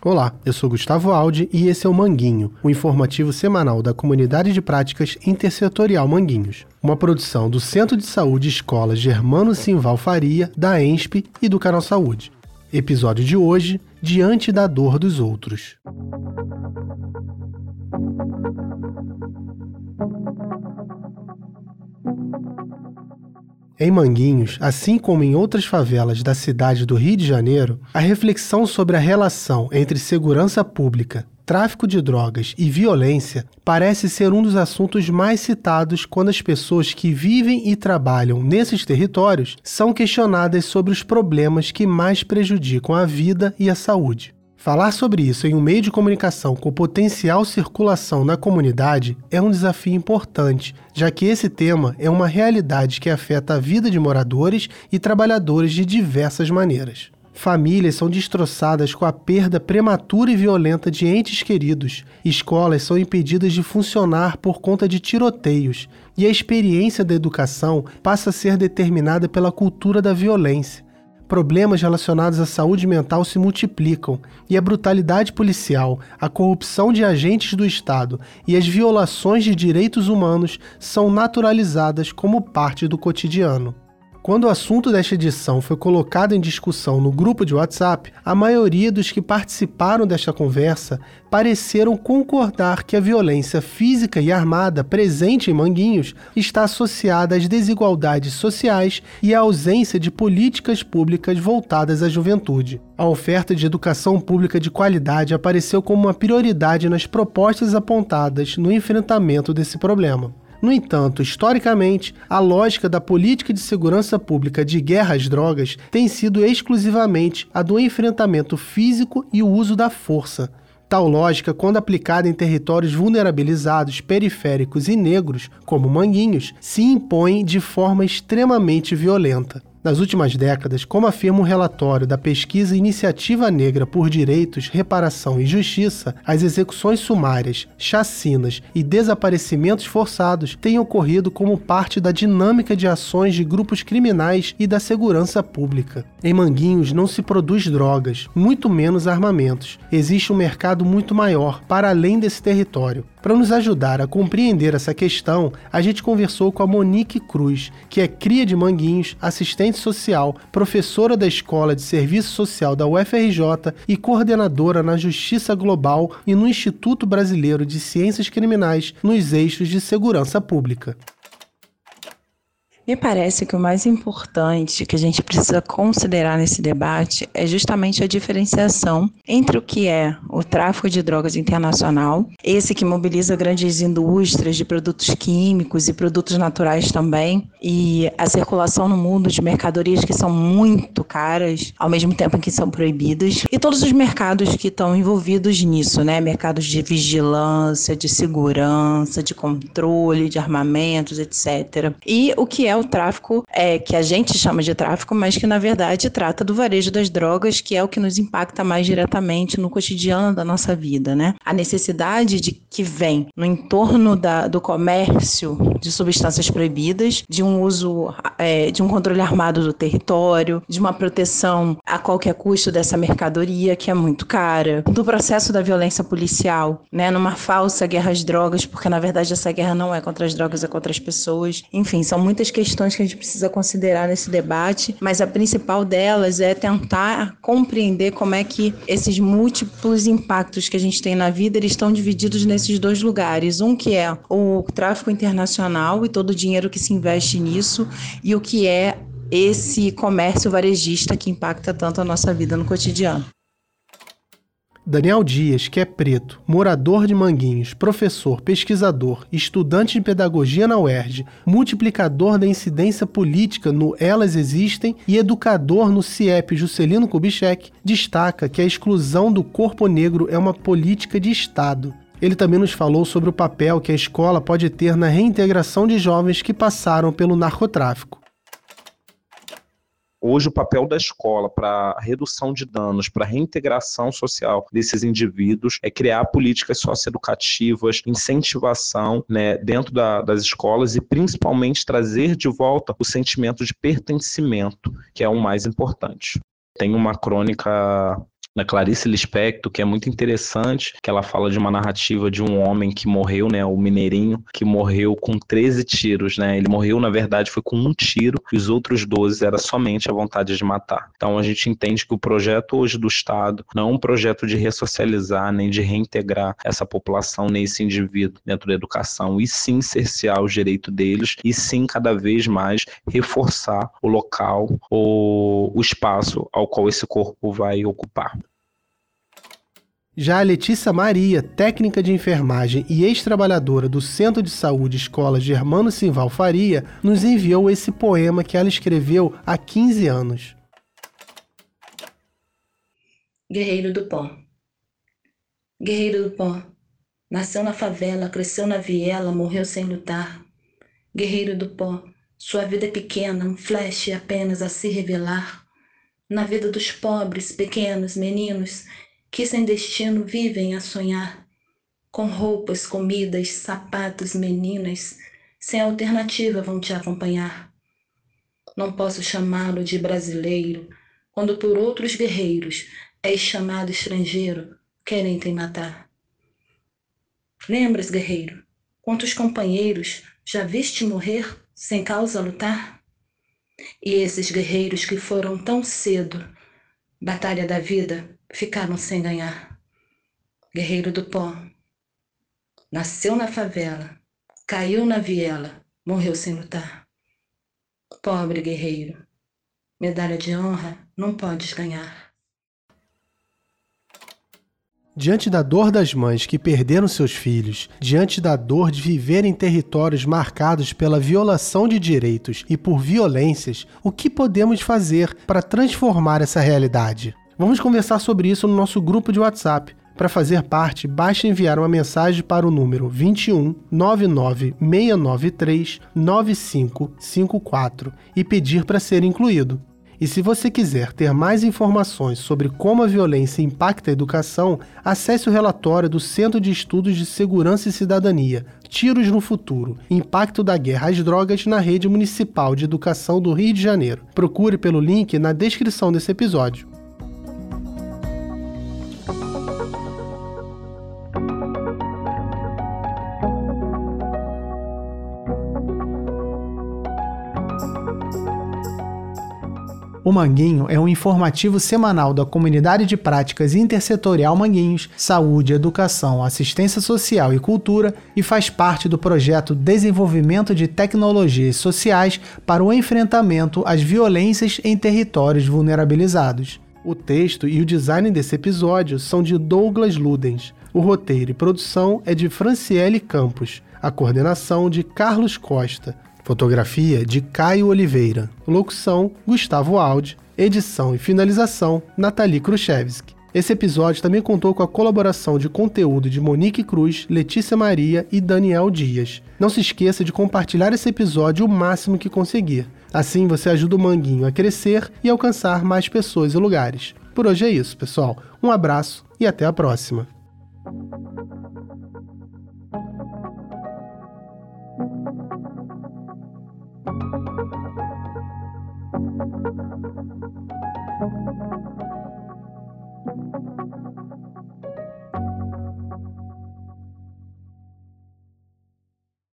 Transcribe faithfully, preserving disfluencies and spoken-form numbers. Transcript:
Olá, eu sou Gustavo Aldi e esse é o Manguinho, o informativo semanal da Comunidade de Práticas Intersetorial Manguinhos, uma produção do Centro de Saúde Escola Germano Simval Faria, da E N S P e do Canal Saúde. Episódio de hoje, Diante da Dor dos Outros. Em Manguinhos, assim como em outras favelas da cidade do Rio de Janeiro, a reflexão sobre a relação entre segurança pública, tráfico de drogas e violência parece ser um dos assuntos mais citados quando as pessoas que vivem e trabalham nesses territórios são questionadas sobre os problemas que mais prejudicam a vida e a saúde. Falar sobre isso em um meio de comunicação com potencial circulação na comunidade é um desafio importante, já que esse tema é uma realidade que afeta a vida de moradores e trabalhadores de diversas maneiras. Famílias são destroçadas com a perda prematura e violenta de entes queridos, escolas são impedidas de funcionar por conta de tiroteios, e a experiência da educação passa a ser determinada pela cultura da violência. Problemas relacionados à saúde mental se multiplicam e a brutalidade policial, a corrupção de agentes do Estado e as violações de direitos humanos são naturalizadas como parte do cotidiano. Quando o assunto desta edição foi colocado em discussão no grupo de WhatsApp, a maioria dos que participaram desta conversa pareceram concordar que a violência física e armada presente em Manguinhos está associada às desigualdades sociais e à ausência de políticas públicas voltadas à juventude. A oferta de educação pública de qualidade apareceu como uma prioridade nas propostas apontadas no enfrentamento desse problema. No entanto, historicamente, a lógica da política de segurança pública de guerra às drogas tem sido exclusivamente a do enfrentamento físico e o uso da força. Tal lógica, quando aplicada em territórios vulnerabilizados, periféricos e negros, como Manguinhos, se impõe de forma extremamente violenta. Nas últimas décadas, como afirma um relatório da pesquisa Iniciativa Negra por Direitos, Reparação e Justiça, as execuções sumárias, chacinas e desaparecimentos forçados têm ocorrido como parte da dinâmica de ações de grupos criminais e da segurança pública. Em Manguinhos não se produz drogas, muito menos armamentos. Existe um mercado muito maior, para além desse território. Para nos ajudar a compreender essa questão, a gente conversou com a Monique Cruz, que é cria de Manguinhos, assistente social, professora da Escola de Serviço Social da U F R J e coordenadora na Justiça Global e no Instituto Brasileiro de Ciências Criminais nos eixos de segurança pública. Me parece que o mais importante que a gente precisa considerar nesse debate é justamente a diferenciação entre o que é o tráfico de drogas internacional, esse que mobiliza grandes indústrias de produtos químicos e produtos naturais também, e a circulação no mundo de mercadorias que são muito caras, ao mesmo tempo em que são proibidas, e todos os mercados que estão envolvidos nisso, né? Mercados de vigilância, de segurança, de controle, de armamentos, etcétera. E o que é o tráfico, é, que a gente chama de tráfico, mas que na verdade trata do varejo das drogas, que é o que nos impacta mais diretamente no cotidiano da nossa vida, né? A necessidade de que vem no entorno da, do comércio de substâncias proibidas, de um uso, é, de um controle armado do território, de uma proteção a qualquer custo dessa mercadoria, que é muito cara, do processo da violência policial, né? Numa falsa guerra às drogas, porque na verdade essa guerra não é contra as drogas, é contra as pessoas. Enfim, são muitas questões questões que a gente precisa considerar nesse debate, mas a principal delas é tentar compreender como é que esses múltiplos impactos que a gente tem na vida, eles estão divididos nesses dois lugares. Um que é o tráfico internacional e todo o dinheiro que se investe nisso, e o que é esse comércio varejista que impacta tanto a nossa vida no cotidiano. Daniel Dias, que é preto, morador de Manguinhos, professor, pesquisador, estudante de pedagogia na U E R J, multiplicador da incidência política no Elas Existem e educador no C I E P Juscelino Kubitschek, destaca que a exclusão do corpo negro é uma política de Estado. Ele também nos falou sobre o papel que a escola pode ter na reintegração de jovens que passaram pelo narcotráfico. Hoje, o papel da escola para a redução de danos, para a reintegração social desses indivíduos é criar políticas socioeducativas, incentivação, né, dentro da, das escolas e principalmente trazer de volta o sentimento de pertencimento, que é o mais importante. Tem uma crônica da Clarice Lispector, que é muito interessante, que ela fala de uma narrativa de um homem que morreu, né, o Mineirinho, que morreu com treze tiros, né, ele morreu, na verdade, foi com um tiro, e os outros doze era somente a vontade de matar. Então a gente entende que o projeto hoje do Estado não é um projeto de ressocializar, nem de reintegrar essa população, nesse indivíduo dentro da educação, e sim cercear os direitos deles, e sim cada vez mais reforçar o local, o, o espaço ao qual esse corpo vai ocupar. Já a Letícia Maria, técnica de enfermagem e ex-trabalhadora do Centro de Saúde Escola Germano Simval Faria, nos enviou esse poema que ela escreveu há quinze anos. Guerreiro do Pó. Guerreiro do Pó. Nasceu na favela, cresceu na viela, morreu sem lutar. Guerreiro do Pó. Sua vida é pequena, um flash apenas a se revelar. Na vida dos pobres, pequenos, meninos, que sem destino vivem a sonhar, com roupas, comidas, sapatos, meninas, sem alternativa vão te acompanhar. Não posso chamá-lo de brasileiro, quando por outros guerreiros és chamado estrangeiro, querem te matar. Lembras, guerreiro, quantos companheiros já viste morrer sem causa lutar? E esses guerreiros que foram tão cedo, batalha da vida, ficaram sem ganhar. Guerreiro do Pó. Nasceu na favela, caiu na viela, morreu sem lutar. Pobre guerreiro, medalha de honra não podes ganhar. Diante da dor das mães que perderam seus filhos, diante da dor de viver em territórios marcados pela violação de direitos e por violências, o que podemos fazer para transformar essa realidade? Vamos conversar sobre isso no nosso grupo de WhatsApp. Para fazer parte, basta enviar uma mensagem para o número vinte e um, nove nove seis nove três, nove cinco cinco quatro e pedir para ser incluído. E se você quiser ter mais informações sobre como a violência impacta a educação, acesse o relatório do Centro de Estudos de Segurança e Cidadania, Tiros no Futuro, Impacto da Guerra às Drogas na Rede Municipal de Educação do Rio de Janeiro. Procure pelo link na descrição desse episódio. O Manguinho é um informativo semanal da Comunidade de Práticas Intersetorial Manguinhos, Saúde, Educação, Assistência Social e Cultura e faz parte do projeto Desenvolvimento de Tecnologias Sociais para o Enfrentamento às Violências em Territórios Vulnerabilizados. O texto e o design desse episódio são de Douglas Ludens. O roteiro e produção é de Franciele Campos. A coordenação de Carlos Costa. Fotografia de Caio Oliveira. Locução, Gustavo Aldi. Edição e finalização, Nathalie Kruszewski. Esse episódio também contou com a colaboração de conteúdo de Monique Cruz, Letícia Maria e Daniel Dias. Não se esqueça de compartilhar esse episódio o máximo que conseguir. Assim você ajuda o Manguinho a crescer e alcançar mais pessoas e lugares. Por hoje é isso, pessoal. Um abraço e até a próxima.